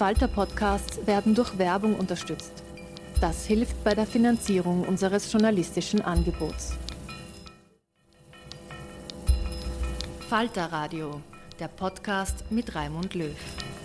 Falter-Podcasts werden durch Werbung unterstützt. Das hilft bei der Finanzierung unseres journalistischen Angebots. Falter Radio, der Podcast mit Raimund Löw.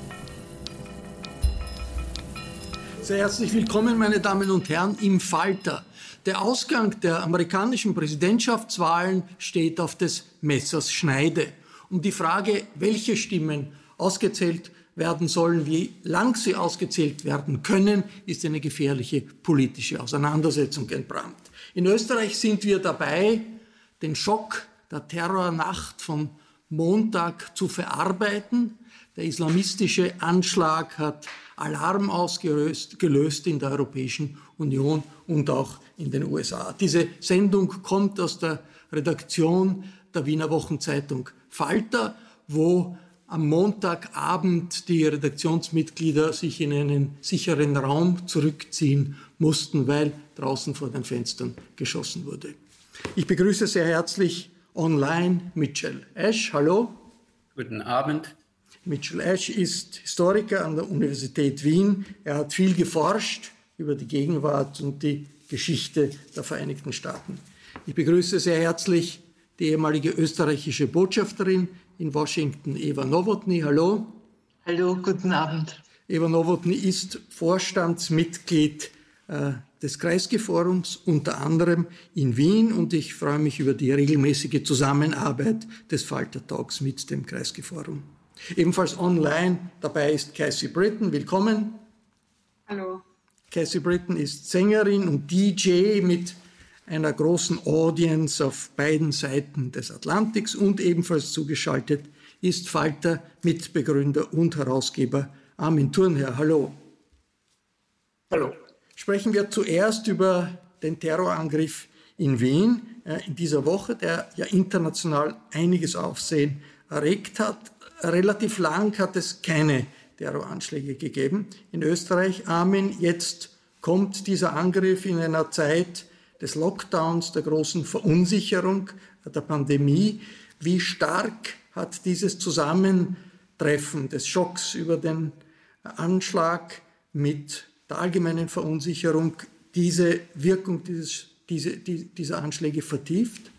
Sehr herzlich willkommen, meine Damen und Herren, im Falter. Der Ausgang der amerikanischen Präsidentschaftswahlen steht auf des Messers Schneide. Um die Frage, welche Stimmen ausgezählt werden sollen, wie lang sie ausgezählt werden können, ist eine gefährliche politische Auseinandersetzung entbrannt. In Österreich sind wir dabei, den Schock der Terrornacht von Montag zu verarbeiten. Der islamistische Anschlag hat Alarm ausgelöst in der Europäischen Union und auch in den USA. Diese Sendung kommt aus der Redaktion der Wiener Wochenzeitung Falter, wo am Montagabend die Redaktionsmitglieder sich in einen sicheren Raum zurückziehen mussten, weil draußen vor den Fenstern geschossen wurde. Ich begrüße sehr herzlich online Mitchell Ash. Hallo. Guten Abend. Mitchell Ash ist Historiker an der Universität Wien. Er hat viel geforscht über die Gegenwart und die Geschichte der Vereinigten Staaten. Ich begrüße sehr herzlich die ehemalige österreichische Botschafterin in Washington, Eva Nowotny. Hallo. Hallo, guten Abend. Eva Nowotny ist Vorstandsmitglied des Kreisky-Forums, unter anderem in Wien, und ich freue mich über die regelmäßige Zusammenarbeit des Falter Talks mit dem Kreisky-Forum. Ebenfalls online dabei ist Cassie Britton. Willkommen. Hallo. Cassie Britton ist Sängerin und DJ mit einer großen Audience auf beiden Seiten des Atlantiks, und ebenfalls zugeschaltet ist Falter Mitbegründer und Herausgeber Armin Thurnherr. Hallo. Hallo. Sprechen wir zuerst über den Terrorangriff in Wien in dieser Woche, der ja international einiges Aufsehen erregt hat. Relativ lang hat es keine Terroranschläge gegeben in Österreich. Armin, jetzt kommt dieser Angriff in einer Zeit des Lockdowns, der großen Verunsicherung, der Pandemie. Wie stark hat dieses Zusammentreffen des Schocks über den Anschlag mit der allgemeinen Verunsicherung diese Wirkung dieser Anschläge vertieft?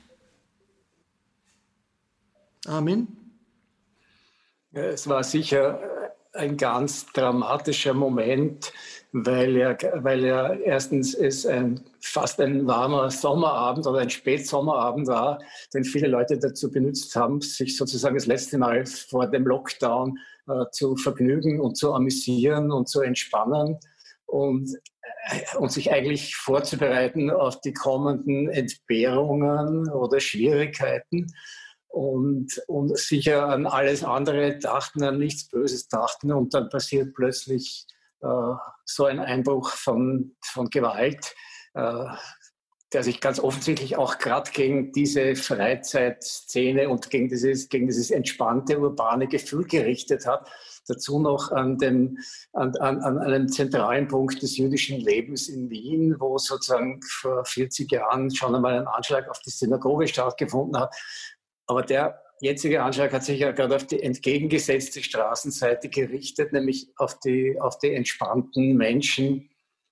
Armin? Ja, es war sicher ein ganz dramatischer Moment, weil ja erstens es fast ein warmer Sommerabend oder ein Spätsommerabend war, den viele Leute dazu benutzt haben, sich sozusagen das letzte Mal vor dem Lockdown zu vergnügen und zu amüsieren und zu entspannen und sich eigentlich vorzubereiten auf die kommenden Entbehrungen oder Schwierigkeiten. Und sicher an alles andere dachten, an nichts Böses dachten. Und dann passiert plötzlich so ein Einbruch von Gewalt, der sich ganz offensichtlich auch gerade gegen diese Freizeitszene und gegen dieses entspannte, urbane Gefühl gerichtet hat. Dazu noch an einem zentralen Punkt des jüdischen Lebens in Wien, wo sozusagen vor 40 Jahren schon einmal ein Anschlag auf die Synagoge stattgefunden hat. Aber der jetzige Anschlag hat sich ja gerade auf die entgegengesetzte Straßenseite gerichtet, nämlich auf die entspannten Menschen.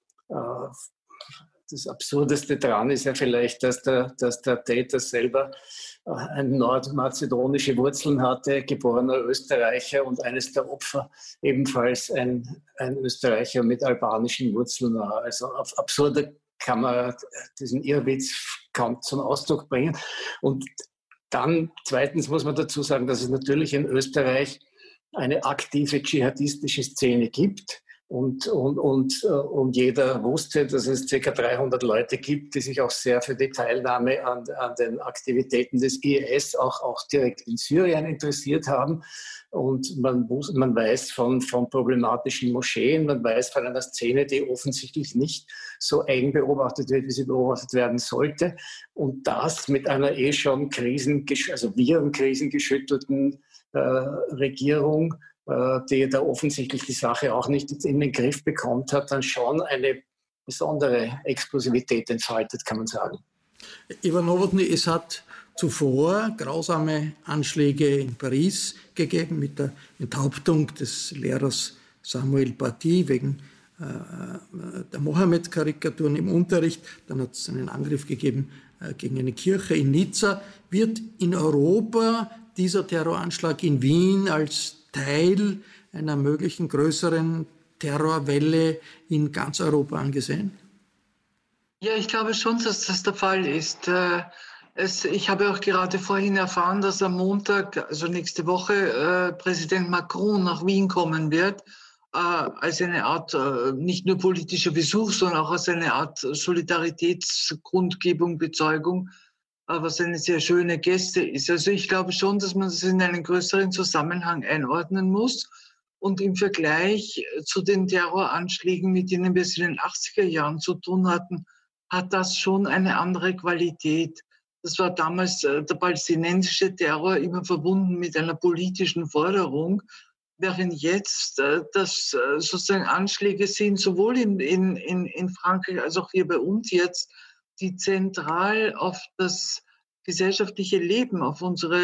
Das Absurdeste daran ist ja vielleicht, dass der Täter selber nordmazedonische Wurzeln hatte, geborener Österreicher, und eines der Opfer ebenfalls ein Österreicher mit albanischen Wurzeln war. Also auf absurder kann man diesen Irrwitz kaum zum Ausdruck bringen. Und dann zweitens muss man dazu sagen, dass es natürlich in Österreich eine aktive dschihadistische Szene gibt. Und jeder wusste, dass es ca. 300 Leute gibt, die sich auch sehr für die Teilnahme an den Aktivitäten des IS auch direkt in Syrien interessiert haben. Und man weiß von problematischen Moscheen, man weiß von einer Szene, die offensichtlich nicht so eng beobachtet wird, wie sie beobachtet werden sollte. Und das mit einer schon virenkrisengeschüttelten Regierung, die da offensichtlich die Sache auch nicht in den Griff bekommt, hat dann schon eine besondere Explosivität entfaltet, kann man sagen. Eva Nowotny, es hat zuvor grausame Anschläge in Paris gegeben mit der Enthauptung des Lehrers Samuel Paty wegen der Mohammed-Karikaturen im Unterricht. Dann hat es einen Angriff gegeben gegen eine Kirche in Nizza. Wird in Europa dieser Terroranschlag in Wien als Teil einer möglichen größeren Terrorwelle in ganz Europa angesehen? Ja, ich glaube schon, dass das der Fall ist. Ich habe auch gerade vorhin erfahren, dass am Montag, also nächste Woche, Präsident Macron nach Wien kommen wird, als eine Art nicht nur politischer Besuch, sondern auch als eine Art Solidaritätskundgebung, Bezeugung, was eine sehr schöne Geste ist. Also ich glaube schon, dass man das in einen größeren Zusammenhang einordnen muss. Und im Vergleich zu den Terroranschlägen, mit denen wir es in den 80er Jahren zu tun hatten, hat das schon eine andere Qualität. Das war damals der palästinensische Terror immer verbunden mit einer politischen Forderung, während jetzt das sozusagen Anschläge sind, sowohl in Frankreich als auch hier bei uns jetzt, die zentral auf das gesellschaftliche Leben, auf unsere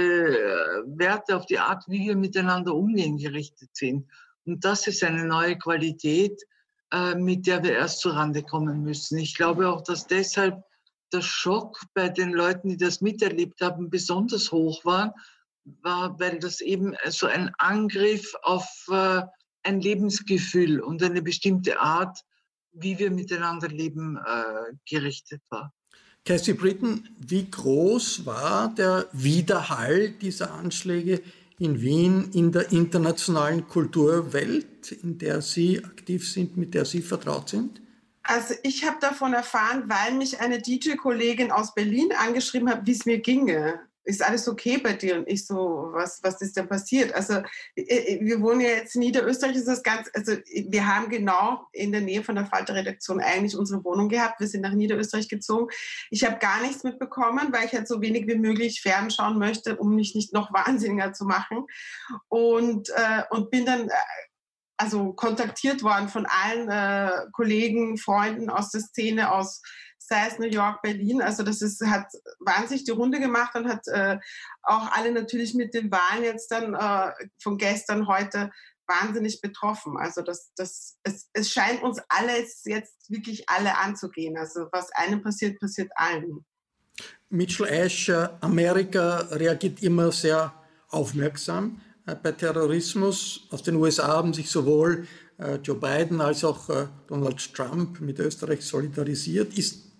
Werte, auf die Art, wie wir miteinander umgehen, gerichtet sind. Und das ist eine neue Qualität, mit der wir erst zurande kommen müssen. Ich glaube auch, dass deshalb der Schock bei den Leuten, die das miterlebt haben, besonders hoch war, weil das eben so ein Angriff auf ein Lebensgefühl und eine bestimmte Art, wie wir miteinander leben, gerichtet war. Cassie Britton, wie groß war der Widerhall dieser Anschläge in Wien in der internationalen Kulturwelt, in der Sie aktiv sind, mit der Sie vertraut sind? Also ich habe davon erfahren, weil mich eine DJ-Kollegin aus Berlin angeschrieben hat, wie es mir ginge. Ist alles okay bei dir? Und ich so, was ist denn passiert? Also wir wohnen ja jetzt in Niederösterreich, ist das ganz, also wir haben genau in der Nähe von der Falter-Redaktion eigentlich unsere Wohnung gehabt. Wir sind nach Niederösterreich gezogen. Ich habe gar nichts mitbekommen, weil ich halt so wenig wie möglich fernschauen möchte, um mich nicht noch wahnsinniger zu machen. Und bin dann also kontaktiert worden von allen Kollegen, Freunden aus der Szene, sei es New York, Berlin. Also hat wahnsinnig die Runde gemacht und hat auch alle natürlich mit den Wahlen jetzt dann von gestern, heute wahnsinnig betroffen. Also es scheint uns alles jetzt wirklich alle anzugehen. Also was einem passiert, passiert allen. Mitchell Ash, Amerika reagiert immer sehr aufmerksam bei Terrorismus. Aus den USA haben sich sowohl Joe Biden als auch Donald Trump mit Österreich solidarisiert.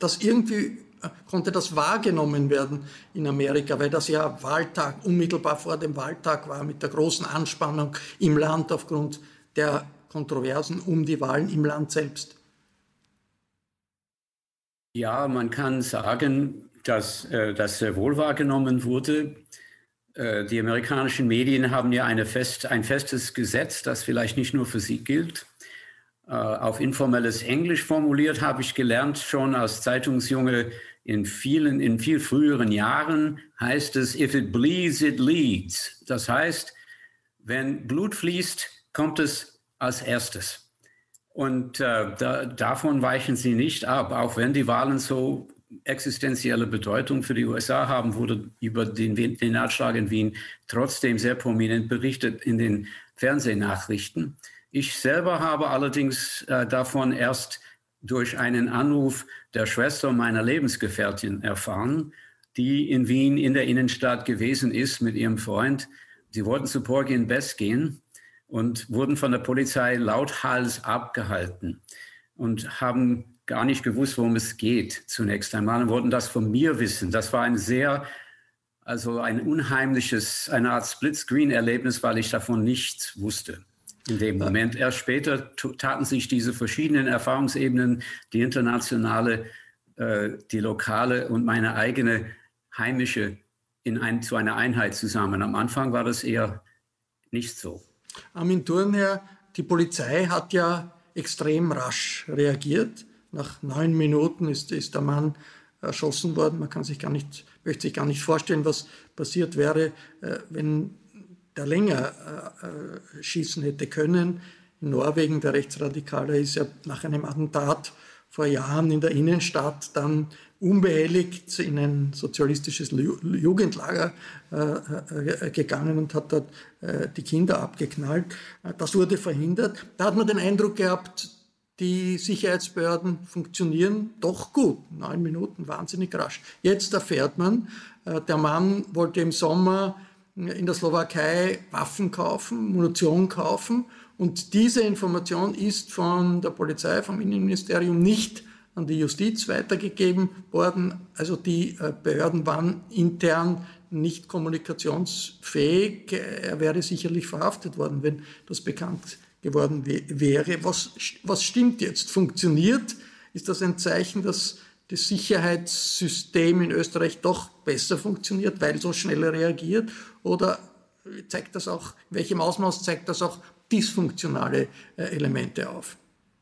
Konnte das wahrgenommen werden in Amerika, weil das ja Wahltag, unmittelbar vor dem Wahltag war, mit der großen Anspannung im Land aufgrund der Kontroversen um die Wahlen im Land selbst? Ja, man kann sagen, dass das sehr wohl wahrgenommen wurde. Die amerikanischen Medien haben ja ein festes Gesetz, das vielleicht nicht nur für sie gilt. Auf informelles Englisch formuliert habe ich gelernt, schon als Zeitungsjunge in viel früheren Jahren heißt es, if it bleeds, it leads. Das heißt, wenn Blut fließt, kommt es als erstes. Und davon weichen sie nicht ab, auch wenn die Wahlen so existenzielle Bedeutung für die USA haben, wurde über den Anschlag in Wien trotzdem sehr prominent berichtet in den Fernsehnachrichten. Ich selber habe allerdings davon erst durch einen Anruf der Schwester meiner Lebensgefährtin erfahren, die in Wien in der Innenstadt gewesen ist mit ihrem Freund. Sie wollten zu Porgy and Bess gehen und wurden von der Polizei lauthals abgehalten und haben gar nicht gewusst, worum es geht zunächst einmal und wollten das von mir wissen. Das war ein unheimliches, eine Art Split-Screen-Erlebnis, weil ich davon nichts wusste in dem Moment. Erst später taten sich diese verschiedenen Erfahrungsebenen, die internationale, die lokale und meine eigene heimische, zu einer Einheit zusammen. Am Anfang war das eher nicht so. Armin Thurnherr, die Polizei hat ja extrem rasch reagiert. Nach 9 Minuten ist der Mann erschossen worden. Man möchte sich gar nicht vorstellen, was passiert wäre, wenn der länger schießen hätte können. In Norwegen, der Rechtsradikale ist ja nach einem Attentat vor Jahren in der Innenstadt dann unbehelligt in ein sozialistisches Jugendlager gegangen und hat dort die Kinder abgeknallt. Das wurde verhindert. Da hat man den Eindruck gehabt, die Sicherheitsbehörden funktionieren doch gut. 9 Minuten, wahnsinnig rasch. Jetzt erfährt man, der Mann wollte im Sommer in der Slowakei Waffen kaufen, Munition kaufen. Und diese Information ist von der Polizei, vom Innenministerium nicht an die Justiz weitergegeben worden. Also die Behörden waren intern nicht kommunikationsfähig. Er wäre sicherlich verhaftet worden, wenn das bekannt geworden wäre. Was stimmt jetzt? Funktioniert? Ist das ein Zeichen, dass das Sicherheitssystem in Österreich doch besser funktioniert, weil so schnell reagiert? Oder zeigt das auch, in welchem Ausmaß zeigt das auch dysfunktionale Elemente auf?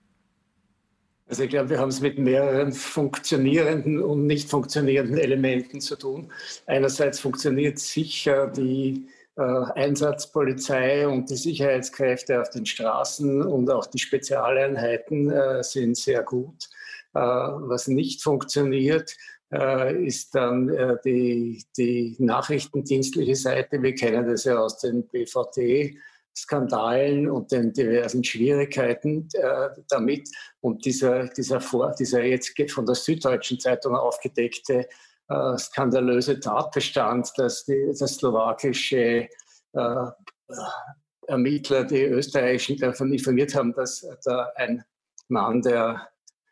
Also ich glaube, wir haben es mit mehreren funktionierenden und nicht funktionierenden Elementen zu tun. Einerseits funktioniert sicher die Einsatzpolizei und die Sicherheitskräfte auf den Straßen und auch die Spezialeinheiten sind sehr gut. Was nicht funktioniert, ist dann die nachrichtendienstliche Seite. Wir kennen das ja aus den BVD-Skandalen und den diversen Schwierigkeiten damit. Und dieser jetzt von der Süddeutschen Zeitung aufgedeckte skandalöse Tatbestand, dass der slowakische Ermittler die österreichischen davon informiert haben, dass da ein Mann, der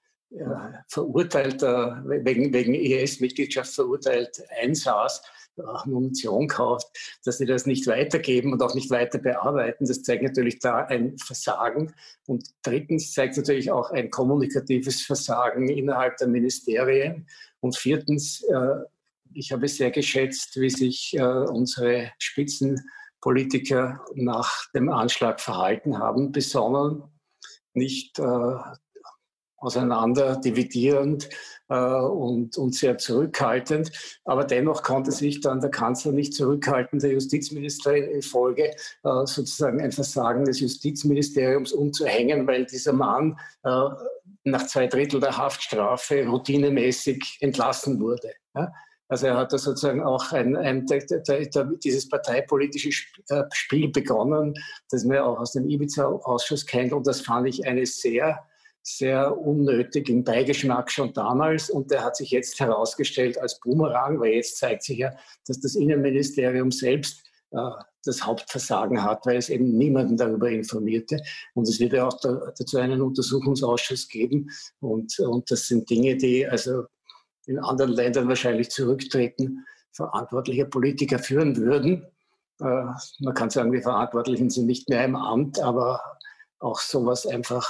verurteilter, wegen IS-Mitgliedschaft verurteilt einsaß, Munition kauft, dass sie das nicht weitergeben und auch nicht weiter bearbeiten. Das zeigt natürlich da ein Versagen. Und drittens zeigt natürlich auch ein kommunikatives Versagen innerhalb der Ministerien. Und viertens, ich habe sehr geschätzt, wie sich unsere Spitzenpolitiker nach dem Anschlag verhalten haben, besonnen, nicht auseinander dividierend und sehr zurückhaltend. Aber dennoch konnte sich dann der Kanzler nicht zurückhalten, der Justizministerin in Folge sozusagen ein Versagen des Justizministeriums umzuhängen, weil dieser Mann nach 2/3 der Haftstrafe routinemäßig entlassen wurde. Ja? Also er hat da sozusagen auch dieses parteipolitische Spiel begonnen, das man ja auch aus dem Ibiza-Ausschuss kennt. Und das fand ich eine sehr unnötigen Beigeschmack schon damals. Und der hat sich jetzt herausgestellt als Boomerang, weil jetzt zeigt sich ja, dass das Innenministerium selbst das Hauptversagen hat, weil es eben niemanden darüber informierte. Und es wird ja auch dazu einen Untersuchungsausschuss geben. Und das sind Dinge, die also in anderen Ländern wahrscheinlich zurücktreten, verantwortliche Politiker führen würden. Man kann sagen, die Verantwortlichen sind nicht mehr im Amt, aber auch sowas einfach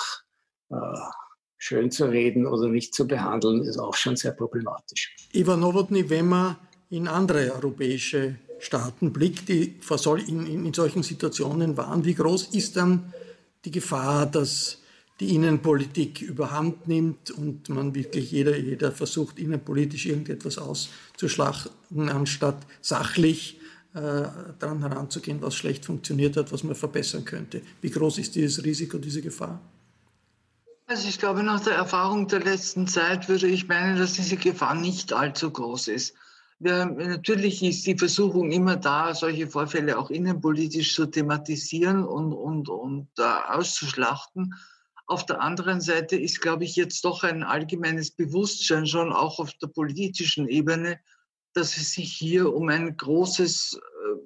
schön zu reden oder nicht zu behandeln, ist auch schon sehr problematisch. Ivan Nowotny, wenn man in andere europäische Staaten blickt, die in solchen Situationen waren, wie groß ist dann die Gefahr, dass die Innenpolitik überhand nimmt und man wirklich jeder versucht, innenpolitisch irgendetwas auszuschlachten, anstatt sachlich daran heranzugehen, was schlecht funktioniert hat, was man verbessern könnte? Wie groß ist dieses Risiko, diese Gefahr? Also ich glaube, nach der Erfahrung der letzten Zeit würde ich meinen, dass diese Gefahr nicht allzu groß ist. Natürlich ist die Versuchung immer da, solche Vorfälle auch innenpolitisch zu thematisieren und auszuschlachten. Auf der anderen Seite ist, glaube ich, jetzt doch ein allgemeines Bewusstsein schon auch auf der politischen Ebene, dass es sich hier um ein großes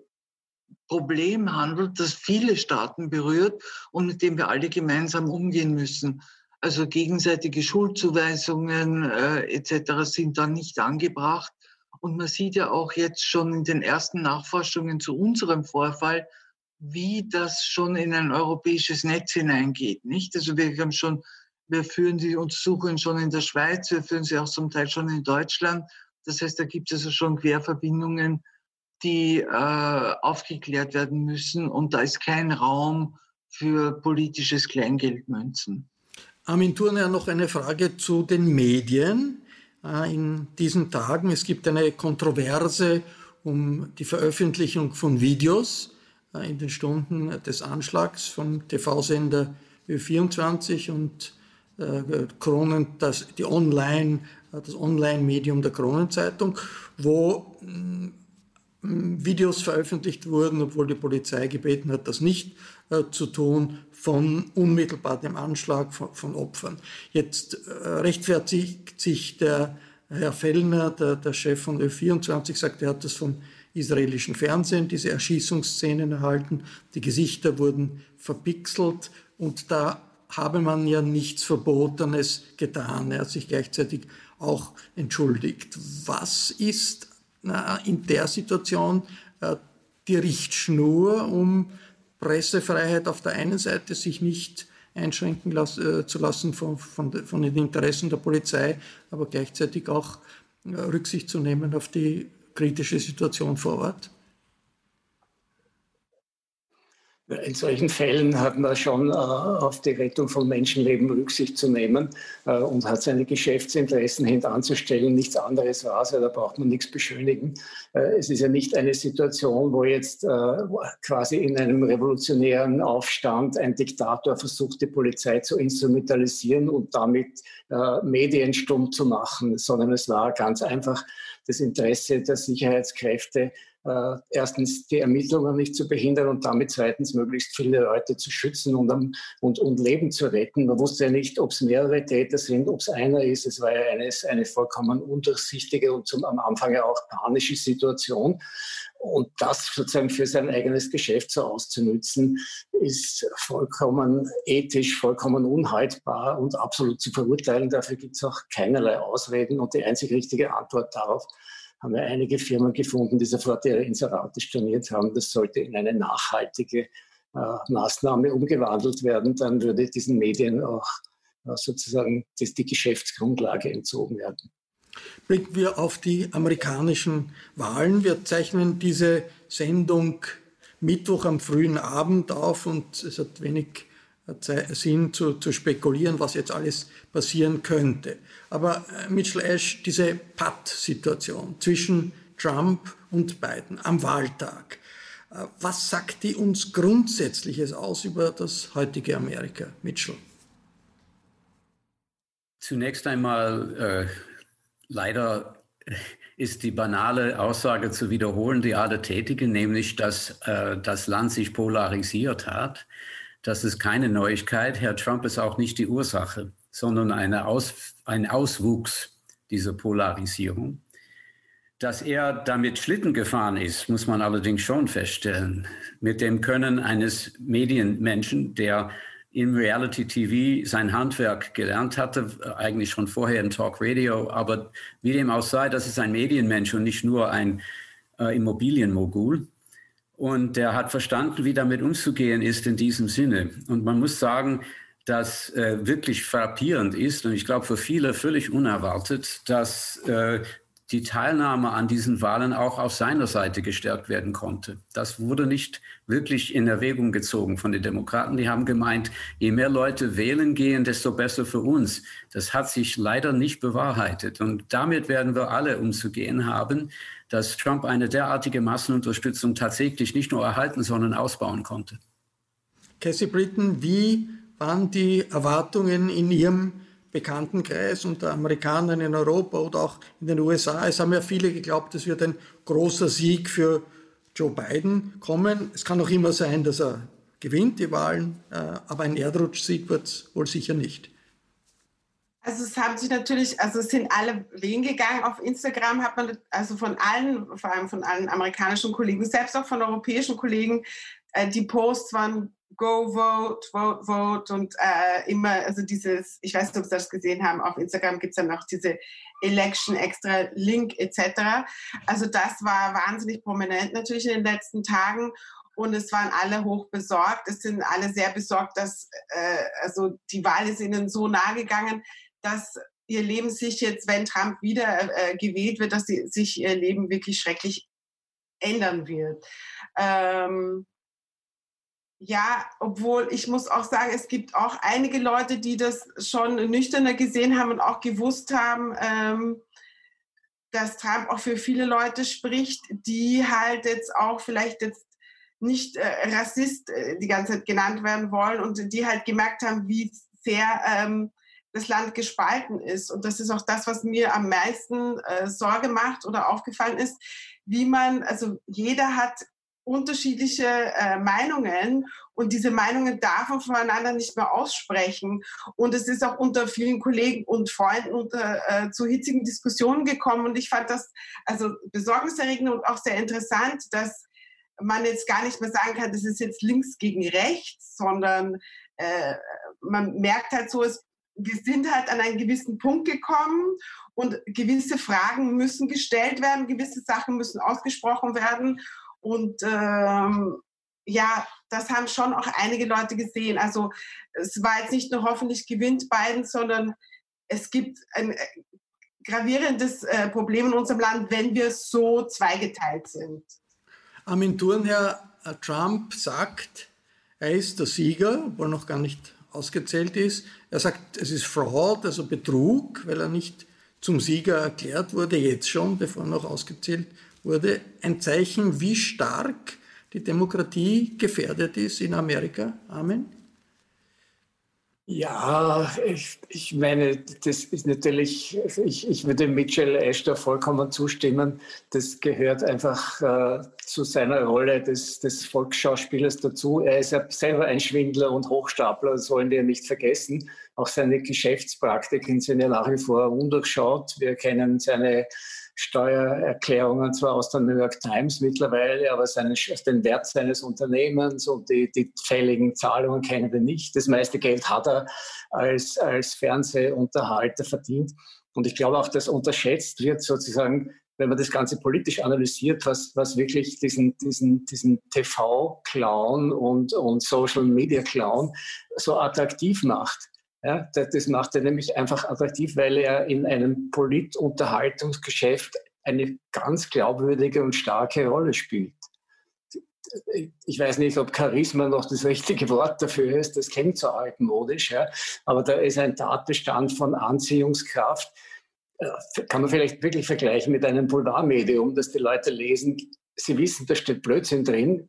Problem handelt, das viele Staaten berührt und mit dem wir alle gemeinsam umgehen müssen. Also gegenseitige Schuldzuweisungen etc. sind da nicht angebracht. Und man sieht ja auch jetzt schon in den ersten Nachforschungen zu unserem Vorfall, wie das schon in ein europäisches Netz hineingeht, nicht? Also wir führen die Untersuchungen schon in der Schweiz, wir führen sie auch zum Teil schon in Deutschland. Das heißt, da gibt es also schon Querverbindungen, die aufgeklärt werden müssen. Und da ist kein Raum für politisches Kleingeldmünzen. Armin Thurner, noch eine Frage zu den Medien in diesen Tagen. Es gibt eine Kontroverse um die Veröffentlichung von Videos in den Stunden des Anschlags vom TV-Sender Ö24 und das Online-Medium der Kronenzeitung, wo Videos veröffentlicht wurden, obwohl die Polizei gebeten hat, das nicht zu tun, von unmittelbar dem Anschlag von Opfern. Jetzt rechtfertigt sich der Herr Fellner, der Chef von Ö24, sagt, er hat das vom israelischen Fernsehen, diese Erschießungsszenen erhalten, die Gesichter wurden verpixelt und da habe man ja nichts Verbotenes getan. Er hat sich gleichzeitig auch entschuldigt. Was ist in der Situation die Richtschnur, um Pressefreiheit auf der einen Seite sich nicht einschränken zu lassen von den Interessen der Polizei, aber gleichzeitig auch Rücksicht zu nehmen auf die kritische Situation vor Ort? In solchen Fällen hat man schon auf die Rettung von Menschenleben Rücksicht zu nehmen und hat seine Geschäftsinteressen hintanzustellen. Nichts anderes war es, da braucht man nichts beschönigen. Es ist ja nicht eine Situation, wo jetzt quasi in einem revolutionären Aufstand ein Diktator versucht, die Polizei zu instrumentalisieren und damit Medien stumm zu machen, sondern es war ganz einfach das Interesse der Sicherheitskräfte, erstens die Ermittlungen nicht zu behindern und damit zweitens möglichst viele Leute zu schützen und Leben zu retten. Man wusste ja nicht, ob es mehrere Täter sind, ob es einer ist. Es war ja eine vollkommen undurchsichtige und am Anfang ja auch panische Situation. Und das sozusagen für sein eigenes Geschäft so auszunützen, ist vollkommen ethisch, vollkommen unhaltbar und absolut zu verurteilen. Dafür gibt es auch keinerlei Ausreden. Und die einzig richtige Antwort darauf haben wir einige Firmen gefunden, die sofort ihre Inserate storniert haben. Das sollte in eine nachhaltige Maßnahme umgewandelt werden. Dann würde diesen Medien auch sozusagen die Geschäftsgrundlage entzogen werden. Blicken wir auf die amerikanischen Wahlen. Wir zeichnen diese Sendung Mittwoch am frühen Abend auf und es hat wenig Sinn zu spekulieren, was jetzt alles passieren könnte. Aber Mitchell Ash, diese Patt-Situation zwischen Trump und Biden am Wahltag, was sagt die uns Grundsätzliches aus über das heutige Amerika, Mitchell? Zunächst einmal, leider ist die banale Aussage zu wiederholen, die alle tätigen, nämlich, dass das Land sich polarisiert hat. Das ist keine Neuigkeit. Herr Trump ist auch nicht die Ursache, sondern ein Auswuchs dieser Polarisierung. Dass er damit Schlitten gefahren ist, muss man allerdings schon feststellen. Mit dem Können eines Medienmenschen, der im Reality-TV sein Handwerk gelernt hatte, eigentlich schon vorher im Talk-Radio. Aber wie dem auch sei, das ist ein Medienmensch und nicht nur ein Immobilienmogul. Und der hat verstanden, wie damit umzugehen ist in diesem Sinne. Und man muss sagen, dass wirklich frappierend ist, und ich glaube für viele völlig unerwartet, dass die Teilnahme an diesen Wahlen auch auf seiner Seite gestärkt werden konnte. Das wurde nicht wirklich in Erwägung gezogen von den Demokraten. Die haben gemeint, je mehr Leute wählen gehen, desto besser für uns. Das hat sich leider nicht bewahrheitet. Und damit werden wir alle umzugehen haben, dass Trump eine derartige Massenunterstützung tatsächlich nicht nur erhalten, sondern ausbauen konnte. Cassie Britton, wie waren die Erwartungen in Ihrem Bekanntenkreis unter Amerikanern in Europa oder auch in den USA? Es haben ja viele geglaubt, es wird ein großer Sieg für Joe Biden kommen. Es kann auch immer sein, dass er gewinnt, die Wahlen, aber ein Erdrutschsieg wird es wohl sicher nicht. Also es haben sich natürlich, also es sind alle wählen gegangen. Auf Instagram hat man also von allen, vor allem von allen amerikanischen Kollegen, selbst auch von europäischen Kollegen, die Posts waren Go Vote, Vote, Vote und immer, also dieses, ich weiß nicht, ob Sie das gesehen haben, auf Instagram gibt es dann noch diese Election Extra Link etc. Also das war wahnsinnig prominent natürlich in den letzten Tagen. Und es waren alle hoch besorgt. Es sind alle sehr besorgt, dass also die Wahl ist ihnen so nahe gegangen, dass ihr Leben sich jetzt, wenn Trump wieder gewählt wird, dass sich ihr Leben wirklich schrecklich ändern wird. Ja, obwohl ich muss auch sagen, es gibt auch einige Leute, die das schon nüchterner gesehen haben und auch gewusst haben, dass Trump auch für viele Leute spricht, die halt jetzt auch vielleicht jetzt nicht Rassist die ganze Zeit genannt werden wollen und die halt gemerkt haben, wie sehr das Land gespalten ist. Und das ist auch das, was mir am meisten Sorge macht oder aufgefallen ist, wie man, also jeder hat unterschiedliche Meinungen und diese Meinungen darf man voneinander nicht mehr aussprechen. Und es ist auch unter vielen Kollegen und Freunden zu hitzigen Diskussionen gekommen. Und ich fand das also besorgniserregend und auch sehr interessant, dass man jetzt gar nicht mehr sagen kann, das ist jetzt links gegen rechts, sondern man merkt halt so, wir sind halt an einen gewissen Punkt gekommen und gewisse Fragen müssen gestellt werden, gewisse Sachen müssen ausgesprochen werden. Und ja, das haben schon auch einige Leute gesehen. Also es war jetzt nicht nur hoffentlich gewinnt Biden, sondern es gibt ein gravierendes Problem in unserem Land, wenn wir so zweigeteilt sind. Armin Thurnherr, Trump sagt, er ist der Sieger, obwohl noch gar nicht ausgezählt ist. Er sagt, es ist Fraud, also Betrug, weil er nicht zum Sieger erklärt wurde, jetzt schon, bevor noch ausgezählt wurde. Ein Zeichen, wie stark die Demokratie gefährdet ist in Amerika. Amen. Ja, ich meine, das ist natürlich, ich würde Mitchell Astor vollkommen zustimmen. Das gehört einfach zu seiner Rolle des Volksschauspielers dazu. Er ist ja selber ein Schwindler und Hochstapler, das wollen wir nicht vergessen. Auch seine Geschäftspraktiken sind ja nach wie vor undurchschaut. Wir kennen seine Steuererklärungen zwar aus der New York Times mittlerweile, aber den Wert seines Unternehmens und die fälligen Zahlungen kennen wir nicht. Das meiste Geld hat er als Fernsehunterhalter verdient. Und ich glaube auch, dass unterschätzt wird sozusagen, wenn man das Ganze politisch analysiert, was wirklich diesen TV-Clown und Social-Media-Clown so attraktiv macht. Ja, das macht er nämlich einfach attraktiv, weil er in einem Politunterhaltungsgeschäft eine ganz glaubwürdige und starke Rolle spielt. Ich weiß nicht, ob Charisma noch das richtige Wort dafür ist, das klingt so altmodisch, ja, aber da ist ein Tatbestand von Anziehungskraft. Kann man vielleicht wirklich vergleichen mit einem Boulevardmedium, das die Leute lesen. Sie wissen, da steht Blödsinn drin.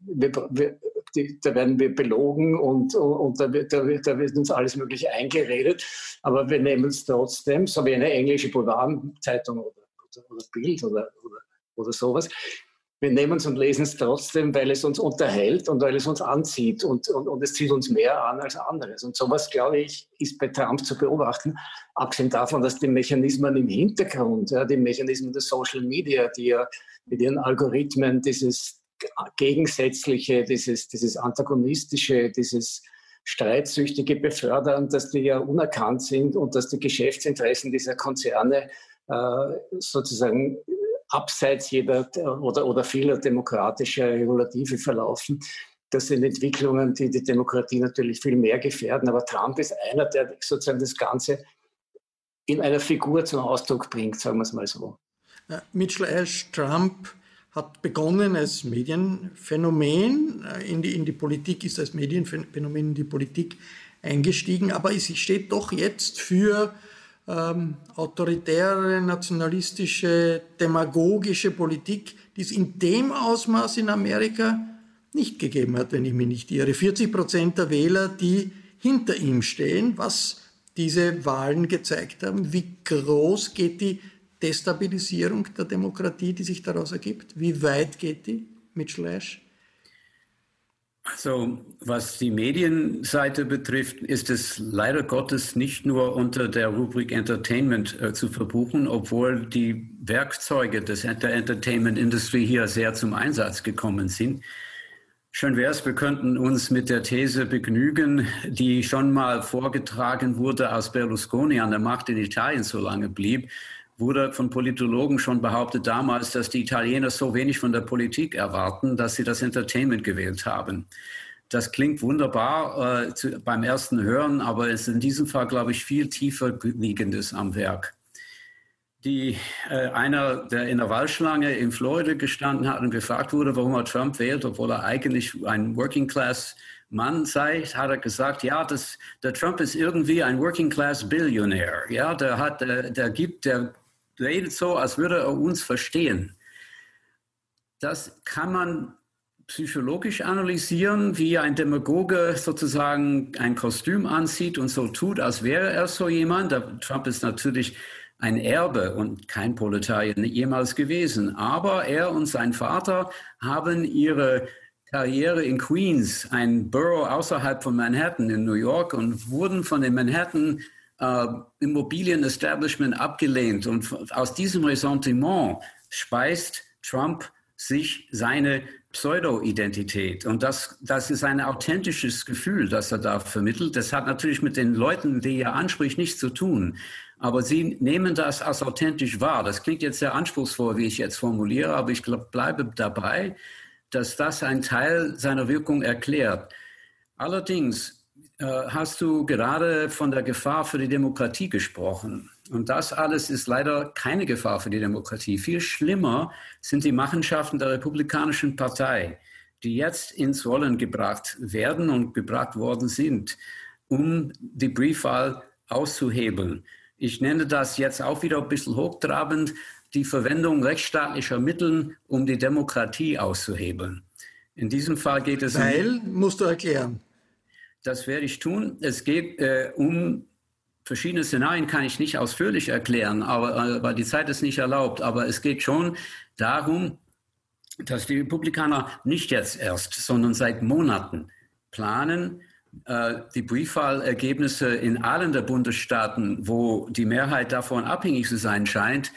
Da werden wir belogen und da wird uns alles Mögliche eingeredet. Aber wir nehmen es trotzdem, so wie eine englische Boulevardzeitung oder Bild oder sowas. Wir nehmen es und lesen es trotzdem, weil es uns unterhält und weil es uns anzieht. Und es zieht uns mehr an als anderes. Und sowas, glaube ich, ist bei Trump zu beobachten. Abgesehen davon, dass die Mechanismen im Hintergrund, ja, die Mechanismen der Social Media, die ja mit ihren Algorithmen dieses Gegensätzliche, dieses Antagonistische, dieses Streitsüchtige befördern, dass die ja unerkannt sind und dass die Geschäftsinteressen dieser Konzerne sozusagen abseits jeder oder vieler demokratischer Regulative verlaufen. Das sind Entwicklungen, die die Demokratie natürlich viel mehr gefährden. Aber Trump ist einer, der sozusagen das Ganze in einer Figur zum Ausdruck bringt, sagen wir es mal so. Mitchell Ash, Trump hat begonnen als Medienphänomen in die Politik, ist als Medienphänomen in die Politik eingestiegen, aber es steht doch jetzt für autoritäre, nationalistische, demagogische Politik, die es in dem Ausmaß in Amerika nicht gegeben hat, wenn ich mich nicht irre. 40% der Wähler, die hinter ihm stehen, was diese Wahlen gezeigt haben. Wie groß geht die Destabilisierung der Demokratie, die sich daraus ergibt? Wie weit geht die, Mitchell Ash? Also was die Medienseite betrifft, ist es leider Gottes nicht nur unter der Rubrik Entertainment zu verbuchen, obwohl die Werkzeuge der Entertainment-Industrie hier sehr zum Einsatz gekommen sind. Schön wäre es, wir könnten uns mit der These begnügen, die schon mal vorgetragen wurde, als Berlusconi an der Macht in Italien so lange blieb, wurde von Politologen schon behauptet damals, dass die Italiener so wenig von der Politik erwarten, dass sie das Entertainment gewählt haben. Das klingt wunderbar beim ersten Hören, aber es ist in diesem Fall, glaube ich, viel tiefer liegendes am Werk. Einer, der in der Wahlschlange in Florida gestanden hat und gefragt wurde, warum er Trump wählt, obwohl er eigentlich ein Working-Class-Mann sei, hat er gesagt, ja, der Trump ist irgendwie ein Working-Class-Billionär. Ja, der redet so, als würde er uns verstehen. Das kann man psychologisch analysieren, wie ein Demagoge sozusagen ein Kostüm anzieht und so tut, als wäre er so jemand. Trump ist natürlich ein Erbe und kein Proletarier jemals gewesen. Aber er und sein Vater haben ihre Karriere in Queens, ein Borough außerhalb von Manhattan in New York, und wurden von dem Manhattan Immobilien-Establishment abgelehnt. Und aus diesem Ressentiment speist Trump sich seine Pseudo-Identität. Und das ist ein authentisches Gefühl, das er da vermittelt. Das hat natürlich mit den Leuten, die er anspricht, nichts zu tun. Aber sie nehmen das als authentisch wahr. Das klingt jetzt sehr anspruchsvoll, wie ich jetzt formuliere, aber ich bleibe dabei, dass das einen Teil seiner Wirkung erklärt. Allerdings hast du gerade von der Gefahr für die Demokratie gesprochen. Und das alles ist leider keine Gefahr für die Demokratie. Viel schlimmer sind die Machenschaften der Republikanischen Partei, die jetzt ins Rollen gebracht werden und gebracht worden sind, um die Briefwahl auszuhebeln. Ich nenne das jetzt auch wieder ein bisschen hochtrabend, die Verwendung rechtsstaatlicher Mittel, um die Demokratie auszuhebeln. In diesem Fall geht es musst du erklären. Das werde ich tun. Es geht um verschiedene Szenarien, kann ich nicht ausführlich erklären, weil die Zeit es nicht erlaubt. Aber es geht schon darum, dass die Republikaner nicht jetzt erst, sondern seit Monaten planen, die Briefwahlergebnisse in allen der Bundesstaaten, wo die Mehrheit davon abhängig zu sein scheint,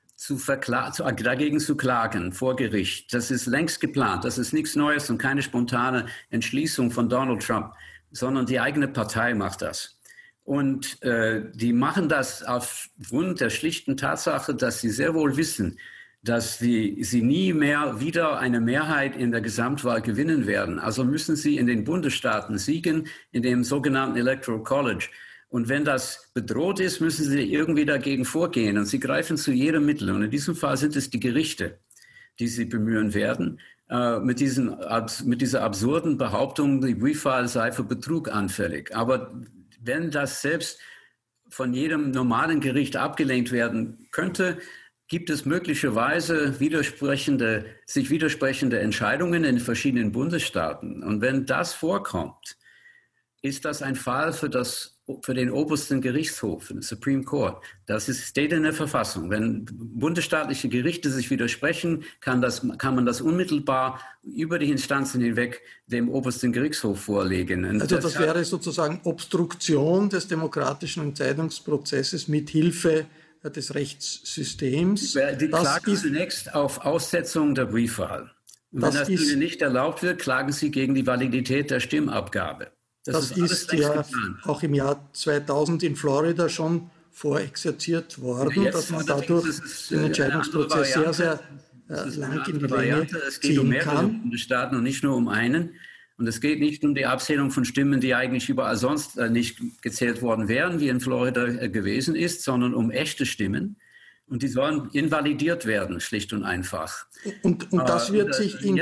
dagegen zu klagen vor Gericht. Das ist längst geplant. Das ist nichts Neues und keine spontane Entschließung von Donald Trump, sondern die eigene Partei macht das. Und die machen das aufgrund der schlichten Tatsache, dass sie sehr wohl wissen, dass sie nie mehr wieder eine Mehrheit in der Gesamtwahl gewinnen werden. Also müssen sie in den Bundesstaaten siegen, in dem sogenannten Electoral College. Und wenn das bedroht ist, müssen sie irgendwie dagegen vorgehen. Und sie greifen zu jedem Mittel. Und in diesem Fall sind es die Gerichte, die sie bemühen werden, mit dieser absurden Behauptung, die Briefwahl sei für Betrug anfällig. Aber wenn das selbst von jedem normalen Gericht abgelehnt werden könnte, gibt es möglicherweise sich widersprechende Entscheidungen in verschiedenen Bundesstaaten. Und wenn das vorkommt, ist das ein Fall für den obersten Gerichtshof, den Supreme Court. Das steht in der Verfassung. Wenn bundesstaatliche Gerichte sich widersprechen, kann man das unmittelbar über die Instanzen hinweg dem obersten Gerichtshof vorlegen. Und also das wäre sozusagen Obstruktion des demokratischen Entscheidungsprozesses mit Hilfe des Rechtssystems. Die klagen zunächst auf Aussetzung der Briefwahl. Und wenn das ihnen nicht erlaubt wird, klagen sie gegen die Validität der Stimmabgabe. Das ist ja auch im Jahr 2000 in Florida schon vorexerziert worden, dass man dadurch den Entscheidungsprozess sehr, sehr lang in die Länge ziehen kann. Es geht um mehrere Bundesstaaten und nicht nur um einen. Und es geht nicht um die Abzählung von Stimmen, die eigentlich überall sonst nicht gezählt worden wären, wie in Florida gewesen ist, sondern um echte Stimmen. Und die sollen invalidiert werden, schlicht und einfach. Und das wird sich in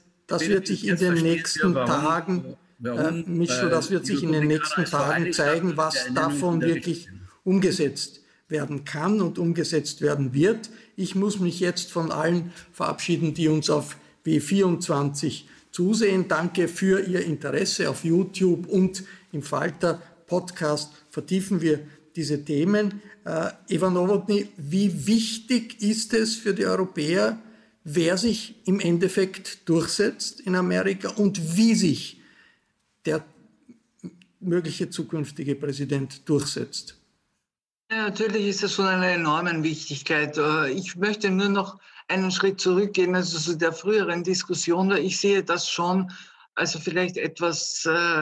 den nächsten Tagen... Michel, das wird sich in den nächsten Tagen zeigen, was davon wirklich umgesetzt werden kann und umgesetzt werden wird. Ich muss mich jetzt von allen verabschieden, die uns auf W24 zusehen. Danke für Ihr Interesse. Auf YouTube und im Falter-Podcast vertiefen wir diese Themen. Eva Nowotny, wie wichtig ist es für die Europäer, wer sich im Endeffekt durchsetzt in Amerika und wie sich der mögliche zukünftige Präsident durchsetzt? Ja, natürlich ist das von einer enormen Wichtigkeit. Ich möchte nur noch einen Schritt zurückgehen, also zu der früheren Diskussion, weil ich sehe das schon, also vielleicht etwas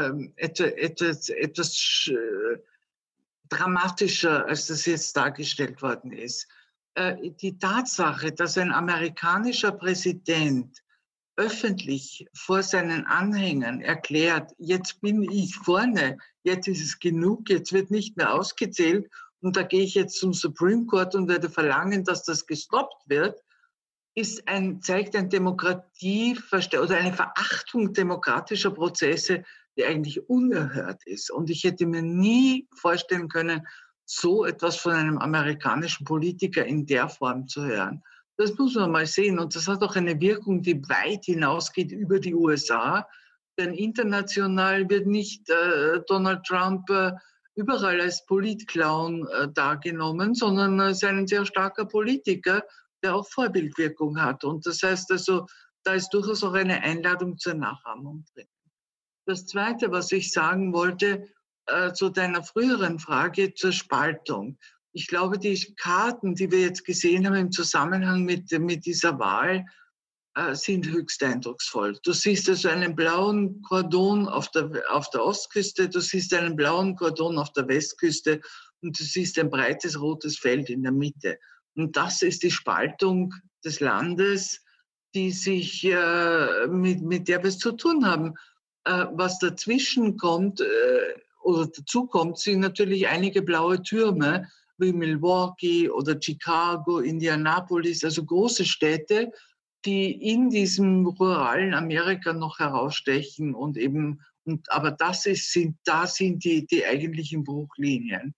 dramatischer, als das jetzt dargestellt worden ist. Die Tatsache, dass ein amerikanischer Präsident öffentlich vor seinen Anhängern erklärt, jetzt bin ich vorne, jetzt ist es genug, jetzt wird nicht mehr ausgezählt und da gehe ich jetzt zum Supreme Court und werde verlangen, dass das gestoppt wird, zeigt ein oder eine Verachtung demokratischer Prozesse, die eigentlich unerhört ist. Und ich hätte mir nie vorstellen können, so etwas von einem amerikanischen Politiker in der Form zu hören. Das muss man mal sehen. Und das hat auch eine Wirkung, die weit hinausgeht über die USA. Denn international wird nicht Donald Trump überall als Politclown dargenommen, sondern ist ein sehr starker Politiker, der auch Vorbildwirkung hat. Und das heißt also, da ist durchaus auch eine Einladung zur Nachahmung drin. Das Zweite, was ich sagen wollte, zu deiner früheren Frage zur Spaltung. Ich glaube, die Karten, die wir jetzt gesehen haben im Zusammenhang mit dieser Wahl, sind höchst eindrucksvoll. Du siehst also einen blauen Kordon auf der Ostküste, du siehst einen blauen Kordon auf der Westküste und du siehst ein breites rotes Feld in der Mitte. Und das ist die Spaltung des Landes, die sich mit der wir es zu tun haben. Was dazwischen kommt oder dazu kommt, sind natürlich einige blaue Türme wie Milwaukee oder Chicago, Indianapolis, also große Städte, die in diesem ruralen Amerika noch herausstechen aber da sind die eigentlichen Bruchlinien.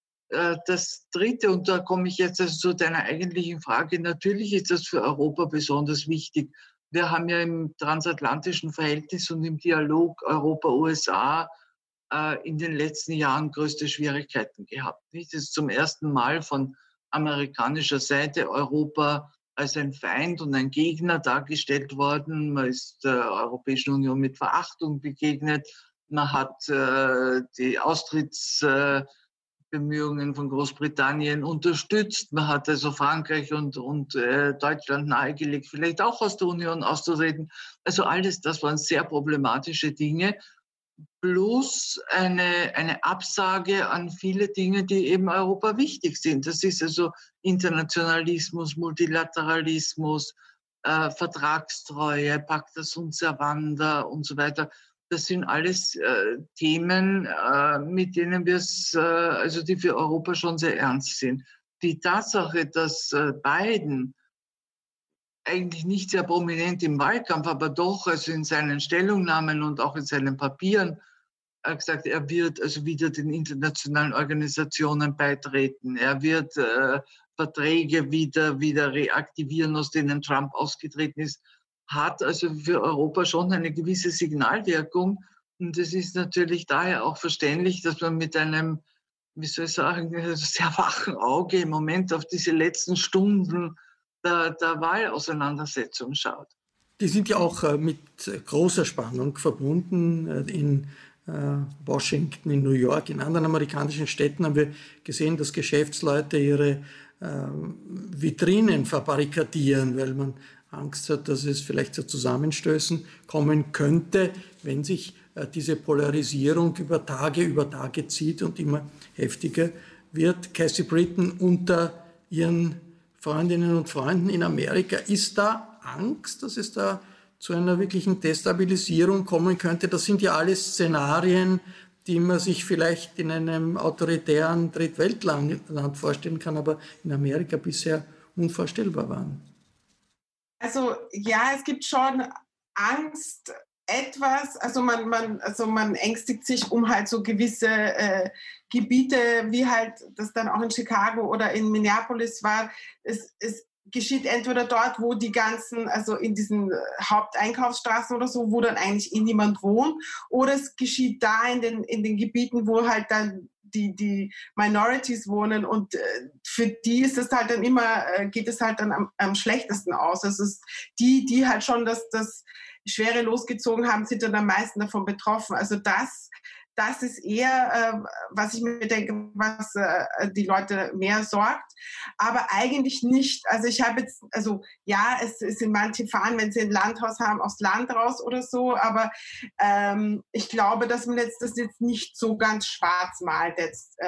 Das Dritte, und da komme ich jetzt also zu deiner eigentlichen Frage, natürlich ist das für Europa besonders wichtig. Wir haben ja im transatlantischen Verhältnis und im Dialog Europa-USA in den letzten Jahren größte Schwierigkeiten gehabt. Es ist zum ersten Mal von amerikanischer Seite Europa als ein Feind und ein Gegner dargestellt worden. Man ist der Europäischen Union mit Verachtung begegnet. Man hat die Austrittsbemühungen von Großbritannien unterstützt. Man hat also Frankreich und Deutschland nahegelegt, vielleicht auch aus der Union auszutreten. Also alles, das waren sehr problematische Dinge. Plus eine Absage an viele Dinge, die eben Europa wichtig sind. Das ist also Internationalismus, Multilateralismus, Vertragstreue, Pacta sunt servanda und so weiter. Das sind alles Themen, mit denen die für Europa schon sehr ernst sind. Die Tatsache, dass Biden eigentlich nicht sehr prominent im Wahlkampf, aber doch also in seinen Stellungnahmen und auch in seinen Papieren gesagt, er wird also wieder den internationalen Organisationen beitreten. Er wird Verträge wieder reaktivieren, aus denen Trump ausgetreten ist, hat also für Europa schon eine gewisse Signalwirkung. Und es ist natürlich daher auch verständlich, dass man mit einem, sehr wachen Auge im Moment auf diese letzten Stunden der Wahlauseinandersetzung schaut. Die sind ja auch mit großer Spannung verbunden. In Washington, in New York, in anderen amerikanischen Städten haben wir gesehen, dass Geschäftsleute ihre Vitrinen verbarrikadieren, weil man Angst hat, dass es vielleicht zu Zusammenstößen kommen könnte, wenn sich diese Polarisierung über Tage zieht und immer heftiger wird. Cassie Britton unter ihren Freundinnen und Freunden in Amerika, ist da Angst, dass es da zu einer wirklichen Destabilisierung kommen könnte? Das sind ja alles Szenarien, die man sich vielleicht in einem autoritären Drittweltland vorstellen kann, aber in Amerika bisher unvorstellbar waren. Also ja, es gibt schon Angst, etwas, also man ängstigt sich um halt so gewisse Gebiete, wie halt das dann auch in Chicago oder in Minneapolis war. Es geschieht entweder dort, wo die ganzen, also in diesen Haupteinkaufsstraßen oder so, wo dann eigentlich niemand wohnt, oder es geschieht da in den Gebieten, wo halt dann die Minorities wohnen, und für die ist es halt dann immer, geht es halt dann am schlechtesten aus. Also es ist die halt schon das Schwere losgezogen haben, sind dann am meisten davon betroffen. Also das ist eher, was ich mir denke, was die Leute mehr sorgt, aber eigentlich nicht. Also ich habe jetzt, also ja, es sind manche fahren, wenn sie ein Landhaus haben, aufs Land raus oder so, aber ich glaube, dass man das jetzt nicht so ganz schwarz malt jetzt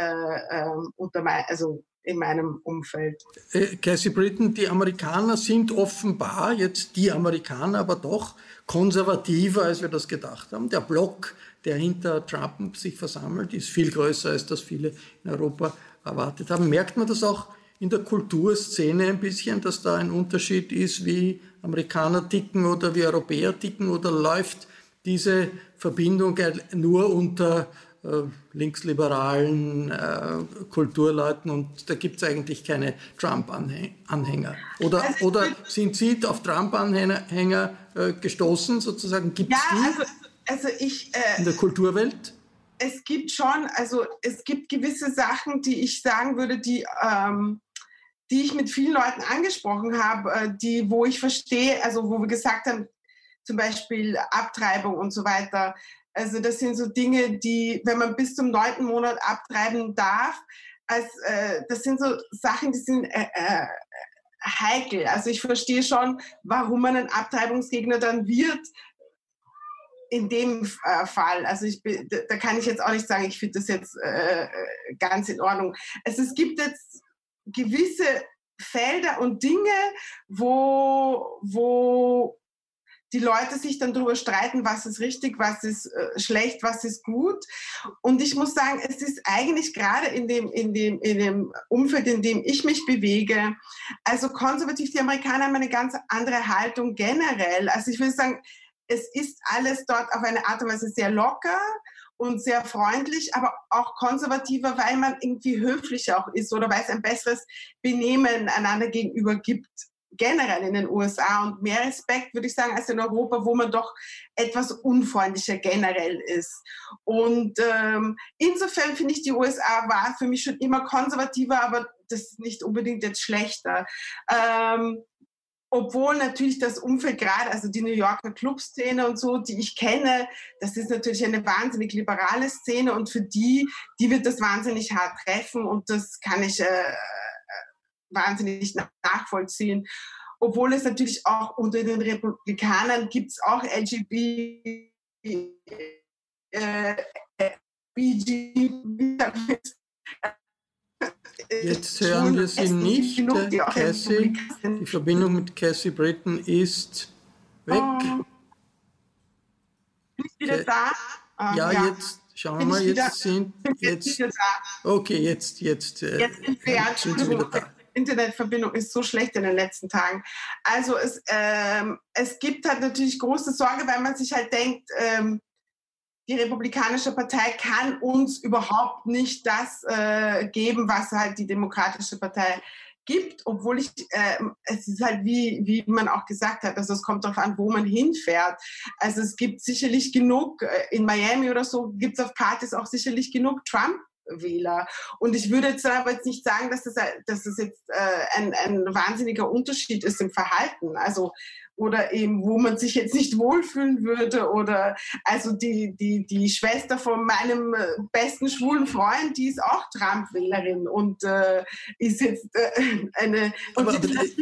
in meinem Umfeld. Cassie Britton, die Amerikaner sind offenbar jetzt die Amerikaner, aber doch konservativer, als wir das gedacht haben. Der Block, der hinter Trump sich versammelt, ist viel größer, als das viele in Europa erwartet haben. Merkt man das auch in der Kulturszene ein bisschen, dass da ein Unterschied ist, wie Amerikaner ticken oder wie Europäer ticken, oder läuft diese Verbindung nur unter linksliberalen Kulturleuten und da gibt es eigentlich keine Trump-Anhänger. Oder sind Sie auf Trump-Anhänger gestoßen sozusagen? Gibt es die in der Kulturwelt? Es gibt schon, also es gibt gewisse Sachen, die ich sagen würde, die ich mit vielen Leuten angesprochen habe, wo ich verstehe, also wo wir gesagt haben, zum Beispiel Abtreibung und so weiter. Also das sind so Dinge, die, wenn man bis zum 9. Monat abtreiben darf, das sind so Sachen, die sind heikel. Also ich verstehe schon, warum man ein Abtreibungsgegner dann wird in dem Fall. Also da kann ich jetzt auch nicht sagen, ich finde das jetzt ganz in Ordnung. Also es gibt jetzt gewisse Felder und Dinge, wo die Leute sich dann darüber streiten, was ist richtig, was ist schlecht, was ist gut. Und ich muss sagen, es ist eigentlich gerade in dem Umfeld, in dem ich mich bewege, also konservativ, die Amerikaner haben eine ganz andere Haltung generell. Also ich würde sagen, es ist alles dort auf eine Art und Weise sehr locker und sehr freundlich, aber auch konservativer, weil man irgendwie höflicher auch ist oder weil es ein besseres Benehmen einander gegenüber gibt, generell in den USA und mehr Respekt, würde ich sagen, als in Europa, wo man doch etwas unfreundlicher generell ist. Und insofern finde ich, die USA war für mich schon immer konservativer, aber das ist nicht unbedingt jetzt schlechter. Obwohl natürlich das Umfeld gerade, also die New Yorker Clubszene und so, die ich kenne, das ist natürlich eine wahnsinnig liberale Szene und für die wird das wahnsinnig hart treffen und das kann ich wahnsinnig nachvollziehen. Obwohl es natürlich auch unter den Republikanern gibt es auch LGBT, Jetzt hören wir Sie nicht, Cassie. Die Verbindung mit Cassie Britton ist weg. Bin ich wieder da? Ja, jetzt schauen wir mal. Okay, jetzt sind Sie wieder da. Internetverbindung ist so schlecht in den letzten Tagen. Also es gibt halt natürlich große Sorge, weil man sich halt denkt, die Republikanische Partei kann uns überhaupt nicht das geben, was halt die Demokratische Partei gibt, obwohl es ist halt wie man auch gesagt hat, also es kommt darauf an, wo man hinfährt. Also es gibt sicherlich genug, in Miami oder so gibt es auf Partys auch sicherlich genug Trump-Wähler. Und ich würde jetzt aber jetzt nicht sagen, dass das jetzt ein wahnsinniger Unterschied ist im Verhalten. Also oder eben, wo man sich jetzt nicht wohlfühlen würde oder also die Schwester von meinem besten schwulen Freund, die ist auch Trump-Wählerin und ist jetzt eine... Aber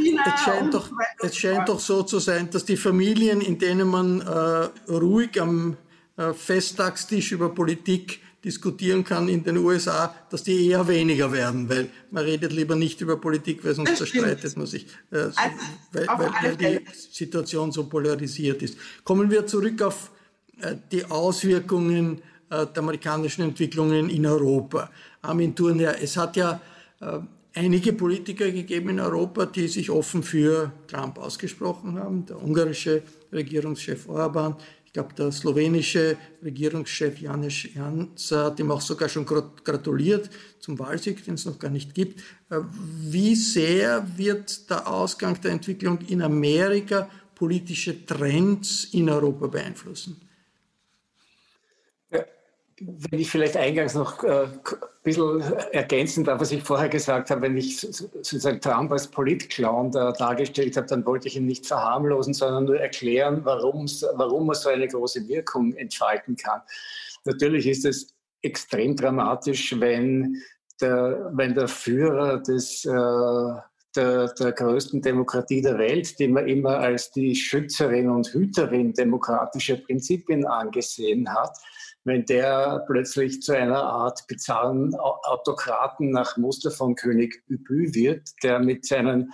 es scheint doch so zu sein, dass die Familien, in denen man ruhig am Festtagstisch über Politik diskutieren kann in den USA, dass die eher weniger werden, weil man redet lieber nicht über Politik, weil sonst zerstreitet man sich, weil die Situation so polarisiert ist. Kommen wir zurück auf die Auswirkungen der amerikanischen Entwicklungen in Europa. Armin Thurnherr, es hat ja einige Politiker gegeben in Europa, die sich offen für Trump ausgesprochen haben. Der ungarische Regierungschef Orban, ich glaube, der slowenische Regierungschef Janez Janša hat ihm auch sogar schon gratuliert zum Wahlsieg, den es noch gar nicht gibt. Wie sehr wird der Ausgang der Entwicklung in Amerika politische Trends in Europa beeinflussen? Ja, wenn ich vielleicht eingangs noch ein bisschen ergänzen darf, was ich vorher gesagt habe, wenn ich sozusagen Trump als Politclown da dargestellt habe, dann wollte ich ihn nicht verharmlosen, sondern nur erklären, warum er so eine große Wirkung entfalten kann. Natürlich ist es extrem dramatisch, wenn der Führer der größten Demokratie der Welt, die man immer als die Schützerin und Hüterin demokratischer Prinzipien angesehen hat, wenn der plötzlich zu einer Art bizarren Autokraten nach Muster von König Übü wird, der mit dem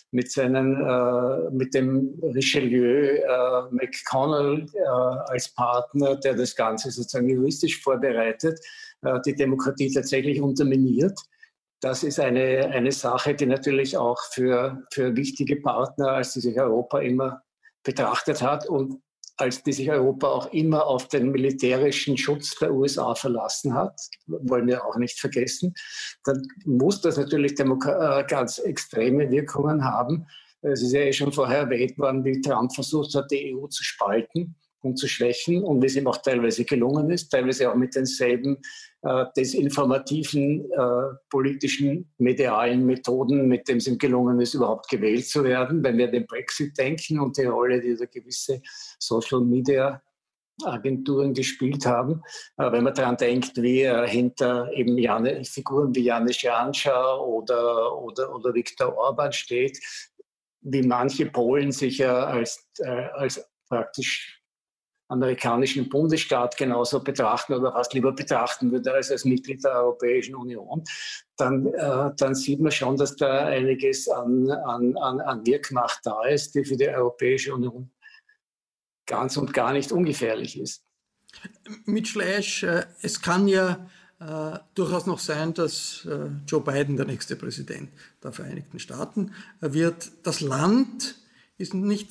Richelieu McConnell als Partner, der das Ganze sozusagen juristisch vorbereitet, die Demokratie tatsächlich unterminiert. Das ist eine Sache, die natürlich auch für wichtige Partner, als die sich Europa immer betrachtet hat und als die sich Europa auch immer auf den militärischen Schutz der USA verlassen hat, wollen wir auch nicht vergessen, dann muss das natürlich ganz extreme Wirkungen haben. Es ist ja eh schon vorher erwähnt worden, wie Trump versucht hat, die EU zu spalten und zu schwächen und wie es ihm auch teilweise gelungen ist, teilweise auch mit denselben desinformativen politischen, medialen Methoden, mit denen es ihm gelungen ist, überhaupt gewählt zu werden. Wenn wir an den Brexit denken und die Rolle, die da gewisse Social-Media-Agenturen gespielt haben, wenn man daran denkt, wie hinter eben Figuren wie Janis Janša oder Viktor Orban steht, wie manche Polen sich ja als praktisch amerikanischen Bundesstaat genauso betrachten oder fast lieber betrachten würde als Mitglied der Europäischen Union, dann sieht man schon, dass da einiges an Wirkmacht da ist, die für die Europäische Union ganz und gar nicht ungefährlich ist. Mit Schleisch, es kann ja durchaus noch sein, dass Joe Biden der nächste Präsident der Vereinigten Staaten wird. Das Land ist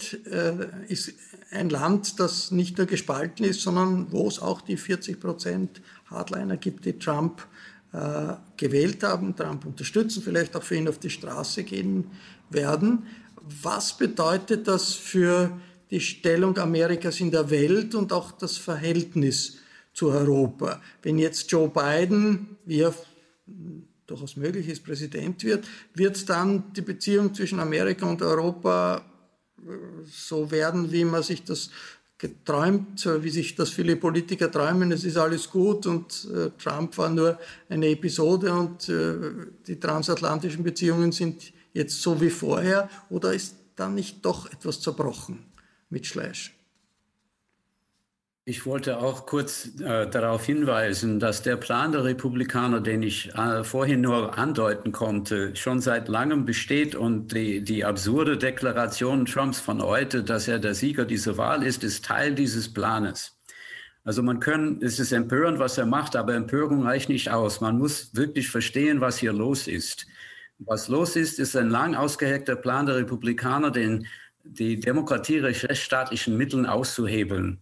ein Land, das nicht nur gespalten ist, sondern wo es auch die 40% Hardliner gibt, die Trump gewählt haben, Trump unterstützen, vielleicht auch für ihn auf die Straße gehen werden. Was bedeutet das für die Stellung Amerikas in der Welt und auch das Verhältnis zu Europa? Wenn jetzt Joe Biden, wie er durchaus möglich ist, Präsident wird dann die Beziehung zwischen Amerika und Europa so werden, wie man sich das geträumt, wie sich das viele Politiker träumen, es ist alles gut und Trump war nur eine Episode und die transatlantischen Beziehungen sind jetzt so wie vorher, oder ist da nicht doch etwas zerbrochen mit Schleisch? Ich wollte auch kurz darauf hinweisen, dass der Plan der Republikaner, den ich vorhin nur andeuten konnte, schon seit langem besteht und die absurde Deklaration Trumps von heute, dass er der Sieger dieser Wahl ist Teil dieses Planes. Also es ist empörend, was er macht, aber Empörung reicht nicht aus. Man muss wirklich verstehen, was hier los ist. Was los ist ein lang ausgeheckter Plan der Republikaner, die Demokratie rechtsstaatlichen Mitteln auszuhebeln.